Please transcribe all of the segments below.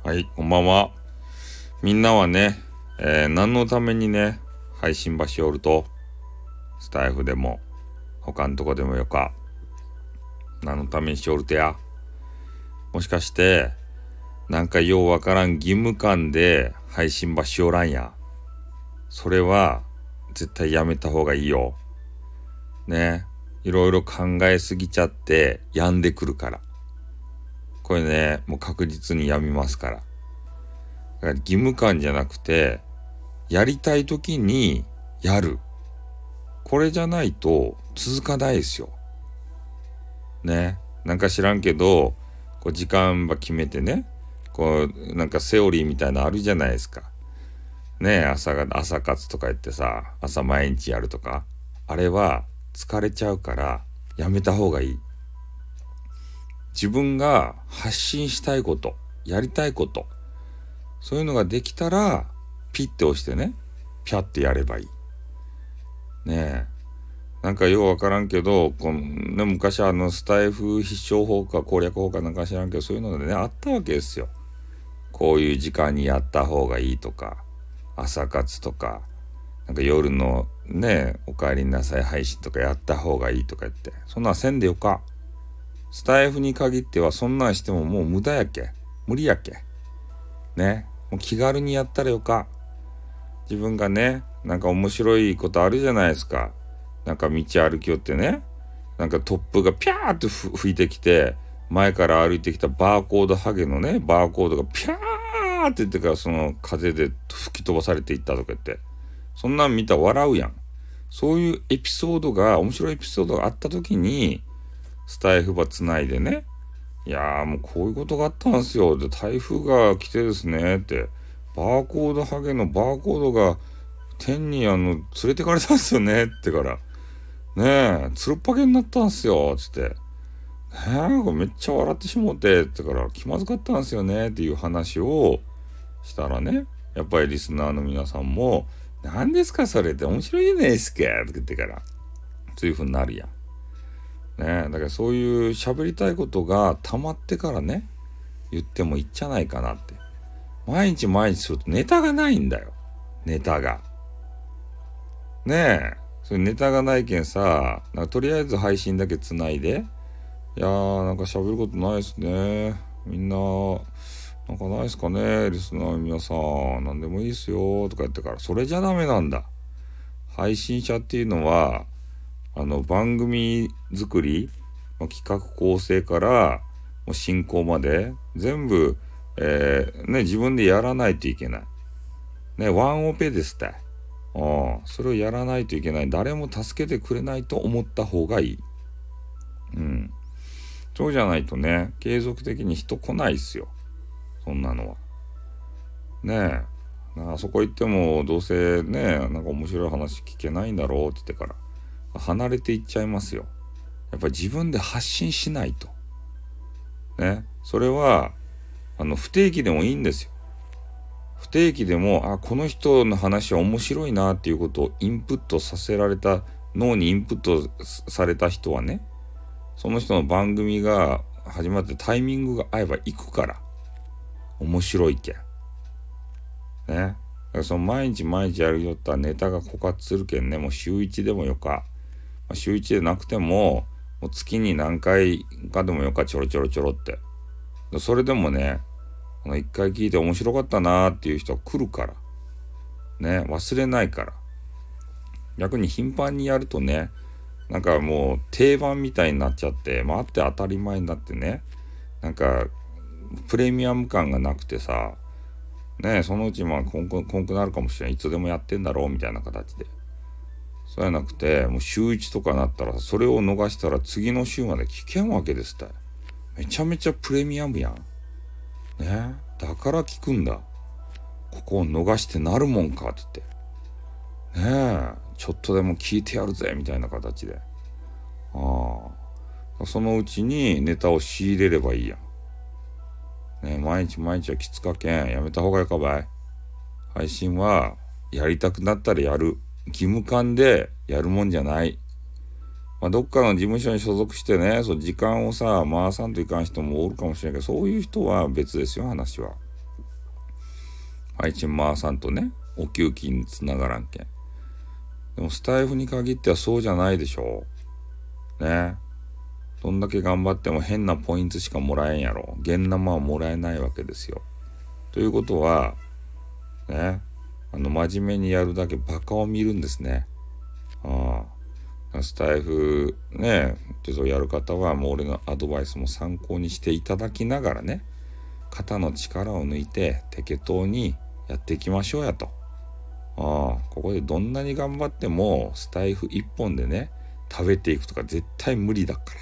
はい、こんばんは。みんなはね、何のためにね、配信場所おると、スタイフでも、他のとこでもよか、何のためにしおるとや。もしかして、なんかようわからん義務感で配信場所おらんや。それは、絶対やめた方がいいよ。ね、いろいろ考えすぎちゃって、病んでくるから。これね、もう確実に病みますから。だから義務感じゃなくて、やりたい時にやる。これじゃないと続かないですよ。ね。なんか知らんけど、こう時間ば決めてね、こうなんかセオリーみたいなのあるじゃないですか。ね、朝活とか言ってさ、朝毎日やるとか。あれは疲れちゃうからやめた方がいい。自分が発信したいこと、やりたいこと、そういうのができたら、ピッて押してね、ピャってやればいい。ねえ。なんかようわからんけど、昔スタイフ必勝法か攻略法かなんか知らんけど、そういうのでね、あったわけですよ。こういう時間にやった方がいいとか、朝活とか、なんか夜のね、お帰りなさい配信とかやった方がいいとか言って、そんなんせんでよか。スタイフに限ってはそんなんしてももう無駄やけ。無理やけ。ね。もう気軽にやったらよか。自分がね、なんか面白いことあるじゃないですか。なんか道歩きよってね、なんか突風がピャーって吹いてきて、前から歩いてきたバーコードハゲのね、バーコードがピャーって言ってからその風で吹き飛ばされていったとか言って。そんなん見たら笑うやん。そういうエピソードが、面白いエピソードがあった時に、スタイフばつないでね、いやーもうこういうことがあったんですよ。で、台風が来てですね、って、バーコードハゲのバーコードが天に連れてかれたんですよね、ってから。ねえ、つるっぱげになったんすよ、つって。これめっちゃ笑ってしもうて、ってから気まずかったんですよね、っていう話をしたらね、やっぱりリスナーの皆さんも、何ですかそれって面白いじゃないですか、って言ってから、そういう風になるやん。ねえ、だからそういう喋りたいことが溜まってからね、言ってもいいんじゃないかなって。毎日毎日するとネタがないんだよ。ネタが。ねえ。それネタがないけんさ、なんかとりあえず配信だけつないで、いやーなんか喋ることないっすね。みんな、なんかないっすかね、リスナーの皆さん。なんでもいいっすよ、とか言ってから、それじゃダメなんだ。配信者っていうのは、番組作り、企画構成から、もう進行まで、全部、自分でやらないといけない。ね、ワンオペですって。それをやらないといけない。誰も助けてくれないと思った方がいい。うん。そうじゃないとね、継続的に人来ないっすよ。そんなのは。ねえ。あそこ行ってもどうせね、なんか面白い話聞けないんだろうって言ってから、離れていっちゃいますよ。やっぱり自分で発信しないと。ね。それは、不定期でもいいんですよ。不定期でも、この人の話は面白いなっていうことをインプットさせられた、脳にインプットされた人はね、その人の番組が始まってタイミングが合えば行くから。面白いけん。ね。だからその毎日毎日やるよったらネタが枯渇するけんね、もう週1でもよか。週1でなくても、もう月に何回かでもよか、ちょろちょろちょろって。それでもね、一回聞いて面白かったなーっていう人は来るから。ね、忘れないから。逆に頻繁にやるとね、なんかもう定番みたいになっちゃって、あって当たり前になってね、なんかプレミアム感がなくてさ、ね、そのうちこんくなるかもしれない。いつでもやってんだろうみたいな形で。そうやなくて、もう週1とかなったら、それを逃したら次の週まで聞けんわけですって。めちゃめちゃプレミアムやん。ね、だから聞くんだ。ここを逃してなるもんかって言って。ねえ、ちょっとでも聞いてやるぜみたいな形で。そのうちにネタを仕入れればいいやん。ね、毎日毎日はきつかけん。やめた方がいいかばい。配信はやりたくなったらやる。義務感でやるもんじゃない。どっかの事務所に所属してね、時間をさ、回さんといかん人もおるかもしれんけど、そういう人は別ですよ、話は。 配信回さんとね、お給金につながらんけん。でもスタイフに限ってはそうじゃないでしょ。ね。どんだけ頑張っても変なポイントしかもらえんやろ。現生はもらえないわけですよ。ということは、ね。真面目にやるだけバカを見るんですね。スタイフね、ちょっとやる方はもう俺のアドバイスも参考にしていただきながらね、肩の力を抜いて適当にやっていきましょうやと。ここでどんなに頑張ってもスタイフ一本でね、食べていくとか絶対無理だから。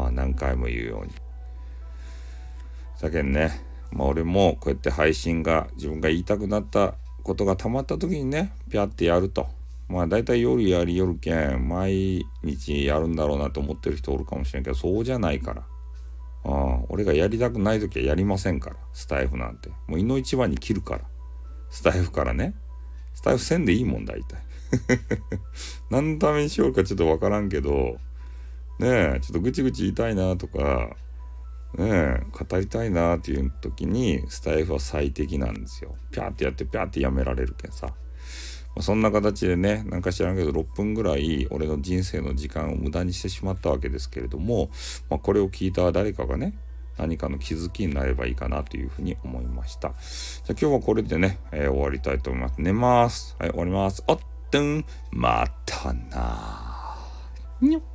何回も言うように。だけどね、俺もこうやって配信が自分が言いたくなったことがたまった時にね、ピャってやると。だいたい夜やりよるけん、毎日やるんだろうなと思ってる人おるかもしれんけど、そうじゃないから。俺がやりたくない時はやりませんから、スタイフなんて。もういの一番に切るから。スタイフからね。スタイフせんでいいもんだいたい。何のためにしようかちょっとわからんけど、ねえ、ちょっとぐちぐち言いたいなとか、ねえ、語りたいなっていう時に、スタイフは最適なんですよ。ピャーってやってピャーってやめられるけんさ。そんな形でね、なんか知らんけど6分ぐらい俺の人生の時間を無駄にしてしまったわけですけれども、これを聞いた誰かがね、何かの気づきになればいいかなというふうに思いました。じゃあ今日はこれでね、終わりたいと思います。寝ます。はい、終わります。またなー。にょっ。